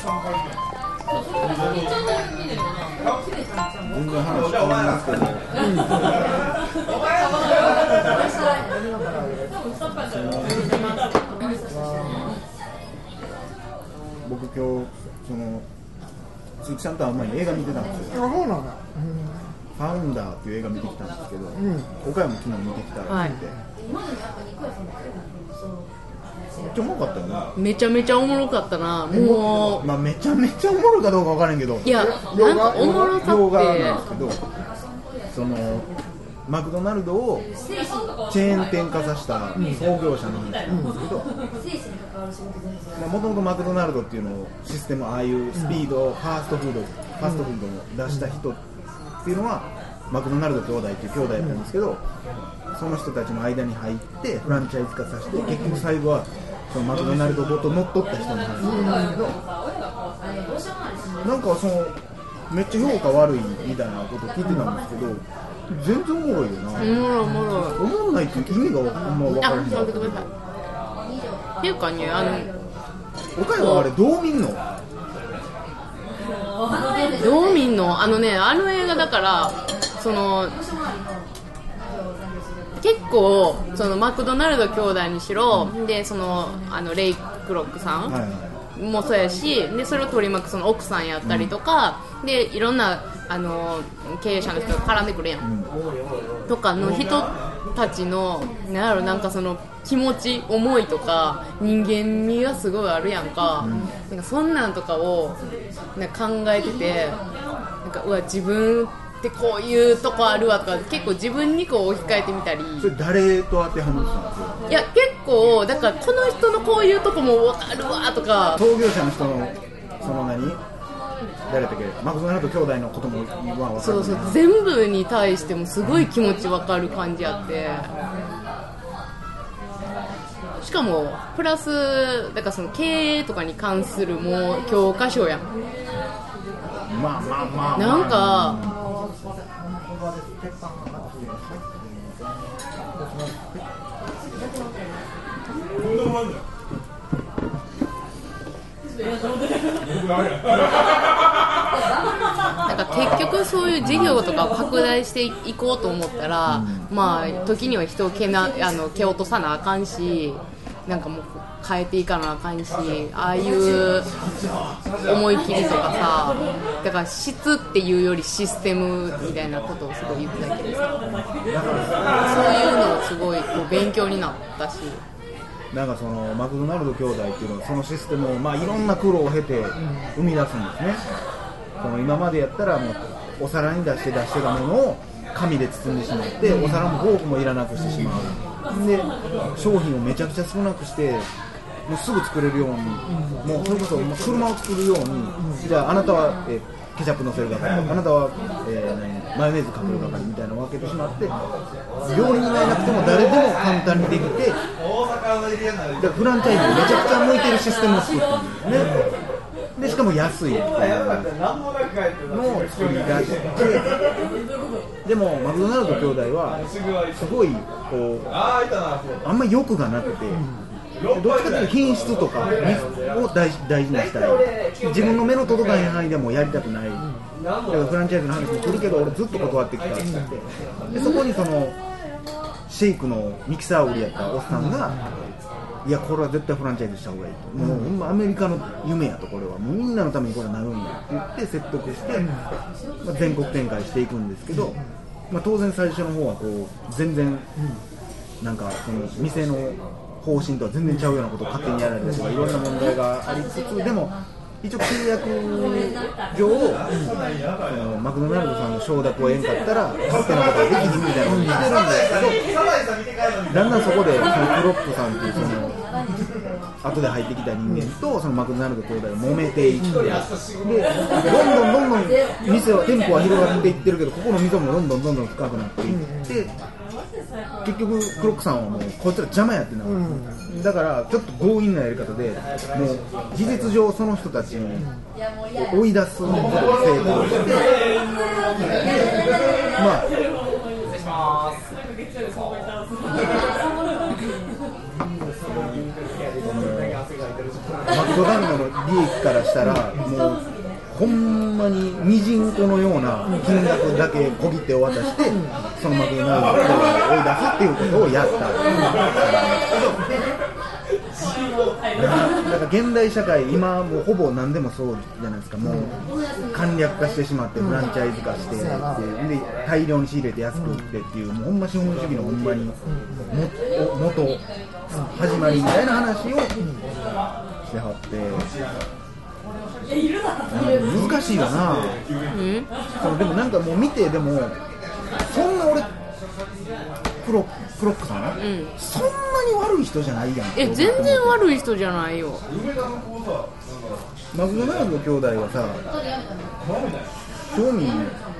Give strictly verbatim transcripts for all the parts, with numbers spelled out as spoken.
全然話変わりますけど、僕今日その鈴木さんと会う前に映画見てたんですよ。 あ、そうなんだ。 ファウンダーっていう映画見てきたんですけど、 うん、 岡山昨日見てきたらって、はいめっちゃおもろかったよね。 めちゃめちゃおもろかったな。もう、 まあ、めちゃめちゃおもろいかどうかわからんけど、 いや、なんかおもろさ両側ってなんですけど、そのマクドナルドをチェーン店化させた創業者の話なんですけど、もともとマクドナルドっていうのをシステム、ああいうスピード、うん、ファーストフード、ファーストフードを出した人っていうのはマクドナルド兄弟っていう兄弟だったんですけど、その人たちの間に入ってフランチャイズ化させて、結局最後はそのマクドナルドごと乗っ取った人の話なんですけど、なんかそのめっちゃ評価悪いみたいなこと聞いてたんですけど、全然おもろいよな。 おもろいおもろい。 おもろないっていう意味がほんま分からへん。 あ、そうください。っていうかね、あの岡山はあれどう見んの？ どう見んの？あのね、あの映画だからその結構そのマクドナルド兄弟にしろ、うん、でそのあのレイ・クロックさん、はいはい、もそうやし、でそれを取り巻くその奥さんやったりとか、うん、でいろんなあの経営者の人が絡んでくるやん、うん、とかの人たちのなんやろ、なんかその気持ち、思いとか人間味がすごいあるやんか、うん、なんかそんなんとかをなんか考えてて、なんかうわ自分でこういうとこあるわとか結構自分にこう置き換えてみたり。 それ誰と当てはめてたんですか？ いや結構だからこの人のこういうとこも分かるわとか、 創業者の人のその何誰だっけ、マクドナルド兄弟のこともは分かる。 そうそう、全部に対してもすごい気持ち分かる感じあって、しかもプラスだからその経営とかに関するもう教科書やん。 まあまあまあ、 なんかなんか結局そういう事業とかを拡大していこうと思ったら、うん、まあ時には人を蹴なあの蹴落とさなあかんし、なんかもう変えていかなあかんし、ああいう思い切りとかさ、だから質っていうよりシステムみたいなことをすごい言ってたけどさ、そういうのをすごいこう勉強になったし、 なんかそのマクドナルド兄弟っていうのはそのシステムを、まあ、いろんな苦労を経て生み出すんですね。その今までやったらもうお皿に出して出してたものを紙で包んでしまって、お皿もフォークもいらなくしてしまう。で商品をめちゃくちゃ少なくしてもうすぐ作れるように、もうそれこそ車を作るように、じゃああなたは、えケチャップ乗せる係、あなたは、えー、マヨネーズかける係みたいなのを分けてしまって、料理人がいなくても誰でも簡単にできて、でフランチャイズにめちゃくちゃ向いてるシステムを作ったんですね。でしかも安いっていうのを作り出して、でもマクドナルド兄弟はすごいこうあんまり欲がなくて、どっちかというと品質とかを大事、大事にしたい、自分の目の届かない範囲でもやりたくない、だからフランチャイズの話も来るけど俺ずっと断ってきたって言って、でそこにそのシェイクのミキサー売りやったおっさんが、いやこれは絶対フランチャイズした方がいいと、もう、うん、アメリカの夢やと、これはもうみんなのためにこれはなるんやって言って説得して、まあ、全国展開していくんですけど、まあ、当然最初の方はこう全然なんかその店の方針とは全然ちゃうようなことを勝手にやられたりとかいろんな問題がありつつ、でも一応契約上、うん、そのマクドナルドさんの承諾を得んかったら勝手なことができひんみたいなことを言ってるんですけど、だんだんそこでそのクロップさんっていうその後で入ってきた人間とそのマクドナルド兄弟が揉めていって、でどんどんどんどん店は店舗は広がっていってるけど、ここの溝もどんどんどんどん深くなっていって、結局クロックさんはもうこいつら邪魔やってなる、うん、だからちょっと強引なやり方でもう事実上その人たちに追い出すことに成功して、まあマクドナルドの利益からしたらもうほんまにミジンコのような金額だけ小切手を渡してそのマクドナルドを追い出すっていうことをやった。なんか現代社会今もうほぼ何でもそうじゃないですか。もう簡略化してしまってフランチャイズ化してで大量に仕入れて安く売ってっていうもうほんま資本主義のほんまにも元始まりみたいな話をしてはって難しいよな、うん、そのでもなんかもう見てでもそんな俺クロ、クロックさん、うん、そんなに悪い人じゃないやん。 え全然悪い人じゃないよ。 マクドナルド兄弟はさ正味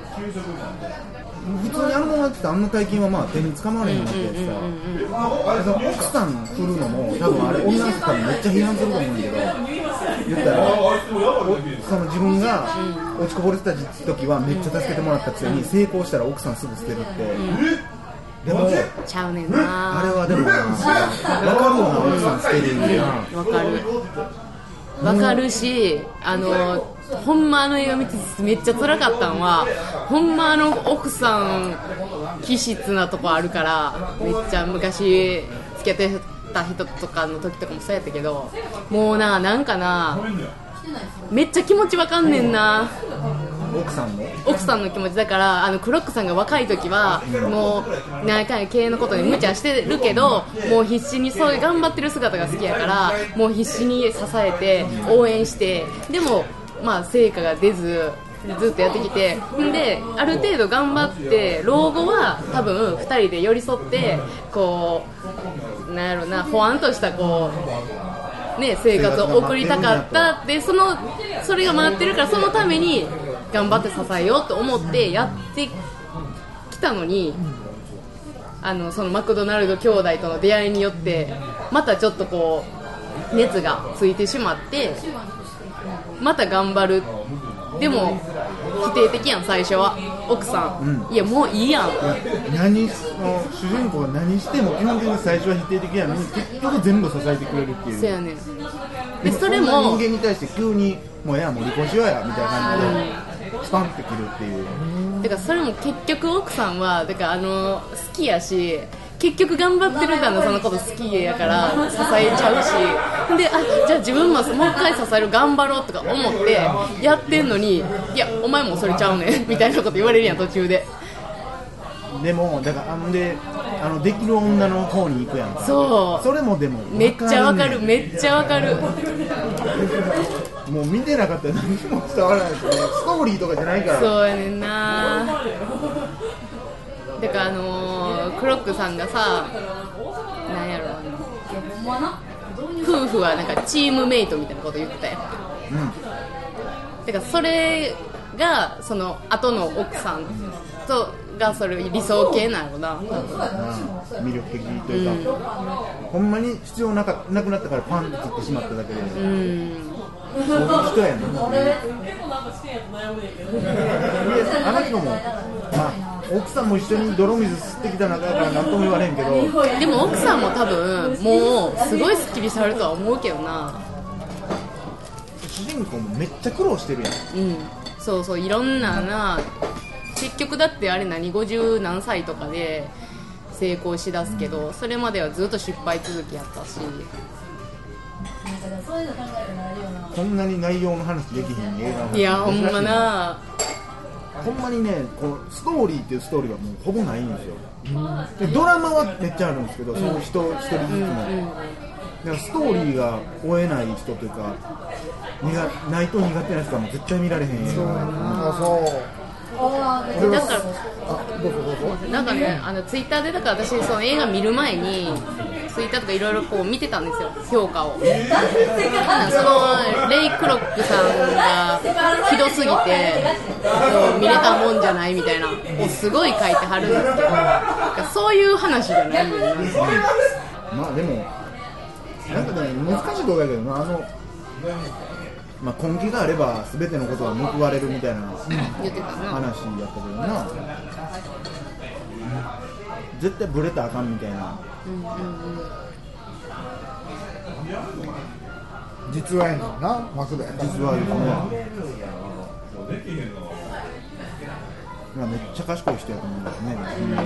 普通にあのままやってたあんな大金はまあ手につかまれへんわけやしさ、奥さん来るのも多分あれ女の人多分めっちゃ批判すると思うんだけど言ったらその自分が落ちこぼれてた時はめっちゃ助けてもらったくせに成功したら奥さんすぐ捨てるって、うん、でもちゃうねんなあれはでも分かるような奥さん捨てるんだよな。 分かる分かるしあのほんまあの映画見てめっちゃ辛かったんはほんまあの奥さん気質なとこあるからめっちゃ昔付き合ってた人とかの時とかもそうやったけどもうななんかなめっちゃ気持ちわかんねんな奥さんの奥さんの気持ちだからあのクロックさんが若い時はもう何回経営のことに無茶してるけどもう必死にそういう頑張ってる姿が好きやからもう必死に支えて応援してでもまあ成果が出ずずっとやってきてである程度頑張って老後は多分ふたりで寄り添ってこうなんやろなほわんとしたこう、ね、生活を送りたかったってそのそれが回ってるからそのために頑張って支えようと思ってやってきたのにあのそのマクドナルド兄弟との出会いによってまたちょっとこう熱がついてしまってまた頑張るでも否定的やん最初は奥さん、うん、いやもういいやん何主人公が何しても基本的に最初は否定的やのに結局全部支えてくれるっていうそうやねんでそれも人間に対して急にもうやもう離婚しようやみたいな感じで、うん、スパンって切るっていうだからそれも結局奥さんはだからあの好きやし結局頑張ってる旦那さんのこと好きやから支えちゃうしであじゃあ自分ももう一回支える頑張ろうとか思ってやってんのにいやお前もそれちゃうねみたいなこと言われるやん途中ででもだからあのであのできる女の方に行くやんかそうそれもでもめっちゃわかるめっちゃわかるもう見てなかったら何も伝わらないですよねストーリーとかじゃないからそうやねんなだからあのー、クロックさんがさなんやろ夫婦はなんかチームメイトみたいなこと言ってたよ、うん、だからそれがその後の奥さんとがそれ理想系なのな、うん、 魅力的というか、うん、ほんまに必要なかなくなったからパンって切ってしまっただけで、うん、そういう人やねんあの人もまあ奥さんも一緒に泥水吸ってきた中だから何とも言われんけどでも奥さんも多分もうすごいスッキリされるとは思うけどな主人公もめっちゃ苦労してるやん、 うん、そうそういろんなな結局だってあれ何ごじゅう何歳とかで成功しだすけど、うん、それまではずっと失敗続きやったしこんなに内容の話できひん映画の話いやほんまなほんまにねこうストーリーっていうストーリーはもうほぼないんですよ、うん、でドラマはめっちゃあるんですけど、うん、その人一人ずつも、うんうん、だからストーリーが追えない人というか苦ないと苦手な人はもう絶対見られへん映画あそうだからどうぞどうぞなんかねあのツイッターでだから私その映画見る前にツイッターとかいろいろこう見てたんですよ評価をそのレイ・クロックさんがひどすぎてこう見れたもんじゃないみたいなをすごい書いてはるんですけどそういう話じゃないよねまあでもなんかね難しいところだけどなあのまあ、根気があれば全てのことは報われるみたいな話やったけどな絶対ブレたらあかんみたいな、うんうんうん、 実話やねんな、マクドやから実話ですね。めっちゃ賢い人やと思うんですね。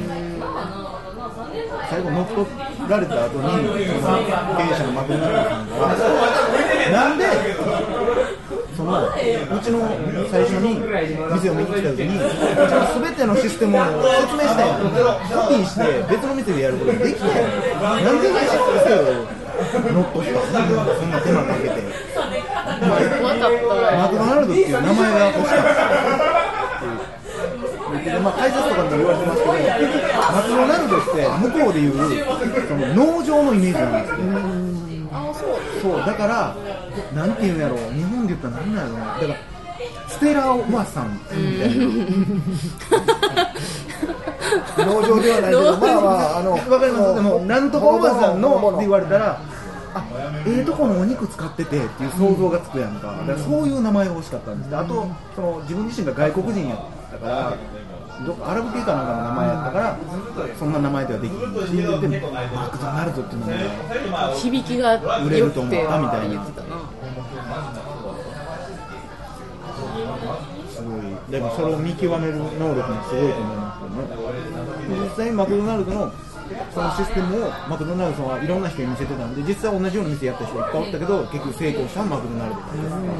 最後乗っ取られた後にその経営者のマクドナルドさんからなんでそのうちの最初に店を見に来た時にうちの全てのシステムを説明したいのにコピーして別の店でやることができないなんでシステムを乗っ取ったのそんな手間かけてマクドナルドっていう名前が欲しかったで、まあ、解説とかでも言われてますけど、マクドナルドって向こうでいうその農場のイメージなんですよ。 あ、そう。 そうだからなんていうんやろう、日本で言ったら何なんやろうな、だからステラおばさんみたいな。 農場ではないけど、まあまああのわかります。でもなんとかおばさんのって言われたら、あ、ええとこのお肉使っててっていう想像がつくやんか。だからそういう名前が欲しかったんです。あとその自分自身が外国人やったから。どアラブ系かなんかの名前やったからそんな名前ではできないし、でもマクドナルドっていうのが響きが売れると思ったみたいな。すごい。でもそれを見極める能力もすごいと思いますけどね。実際マクドナルドのそのシステムをマクドナルドさんはいろんな人に見せてたんで、実際同じような店やった人いっぱいおったけど結局成功したのはマクドナルドだった。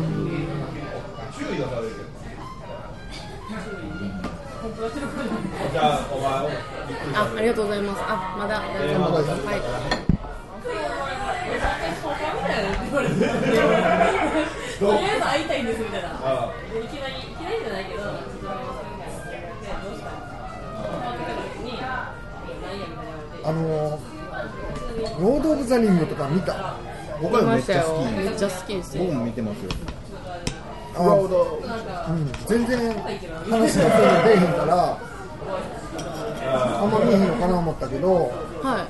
あ、ありがとうございます。あ、まだ大丈夫です。はい。 とりあえず会いたいんですみたいな。いきなりいきなりじゃないけど。 あのロード・オブ・ザ・リングとか見た？ 僕はめっちゃ好き。 めっちゃ好きですよ。 僕も見てますよ。 あ、うん、全然話が出えへんからあんま見えへんのかなと思ったけど、 はい、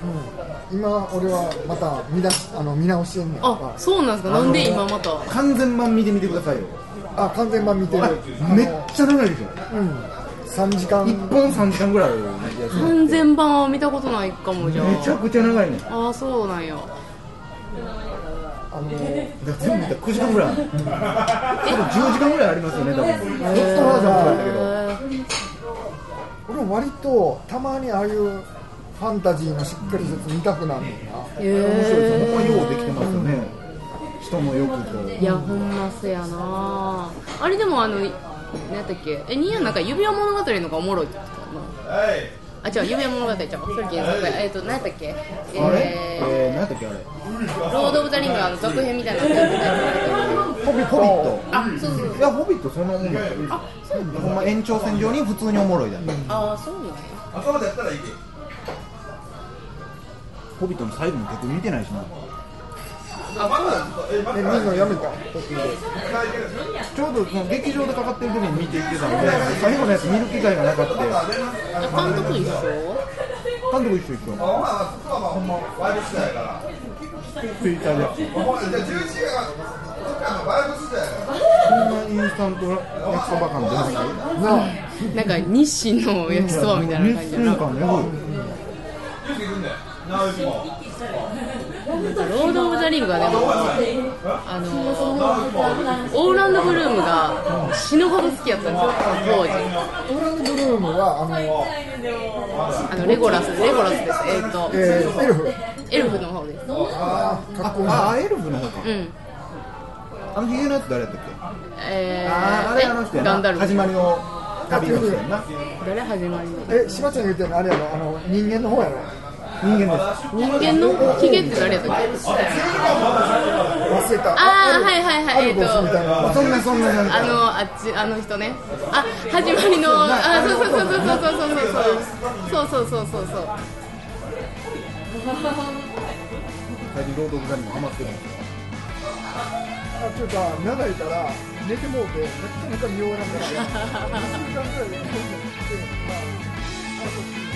うん、今俺はまた見だあの見直してんねん。 あ、そうなんですか。なんで今また完全版見てみてくださいよ。 あ、完全版見てる。 めっちゃ長いでしょ。 うん、さんじかん、 いっぽんさんじかんぐらいあるよ。 完全版は見たことないかも。じゃあめちゃくちゃ長いね。 あ、そうなんや。 あの全部見たらくじかんぐらいある。多分じゅうじかんぐらいありますよね、多分。ドクターハージャンもそうだけど。 俺も割とたまにああいうファンタジーのしっかりしたやつ見たくなるんだな。 へー、 面白いですよ。ほんまようできてますよね。人の欲と。 いや、ほんませやな。あれでもあの何やったっけ？え、ニヤなんか指輪物語のがおもろいって言ってたな。はい。あ、違う、指輪物語ちゃう。それ原作。えっと何やったっけ？ あれ？えー、何やったっけあれ？ ロード・オブ・ザ・リングの続編みたいなのやってたやつ。 ホビット。 あ、そうそうそう。 いや、ホビットそんなもんだよ。あ、そうなんだ。ほんま延長線上に普通におもろいだね。 ああ、そうなんだ。 朝までやったらいいけ。 ホビットの最後も結構見てないしな。 あ、そうなんだ。 え、みんなやめた。 ちょうどその劇場でかかってる時に見ていってたので、最後のやつ見る機会がなかった。 監督一緒？ 監督一緒一緒。 ほんまワイブ次第から。 ツイッターで。 じゃあじゅういちがワイブ次第から。 そんなインスタント焼きそば感出ない？ なんか日清の焼きそばみたいな感じだな。 日清感ね。 ロード・オブ・ザ・リングはでもあのオーランド・ブルームが死ぬほど好きやったんですよ、当時。 オーランド・ブルームはあのあのレゴラス、レゴラスです。えーと、 えー、エルフエルフの方です。 あー、かっこいい。 あ、エルフの方か。 うん。 あのヒゲのやつ誰やったっけ？ えー、 あ、あれあの人やな。 ガンダルフ。 始まりの旅の人やな。 誰始まりの？ え、しばちゃんが言ってるのあれやろ、あの人間の方やろ。 人間です。 人間のヒゲって誰やったっけ？ 忘れた。 あー、はいはいはい。えーと、 そんなそんななんか。 あのあっちあの人ね。あ、始まりのあ、そうそうそうそうそうそうそうそうそうそうそうそうそう。 最近ロード・オブ・ザ・リングハマってるんですよ。 あ、ちょっと長いから寝てもうてなかなか見終わらんから。いちじかんぐらいで寝てもうて、まあ。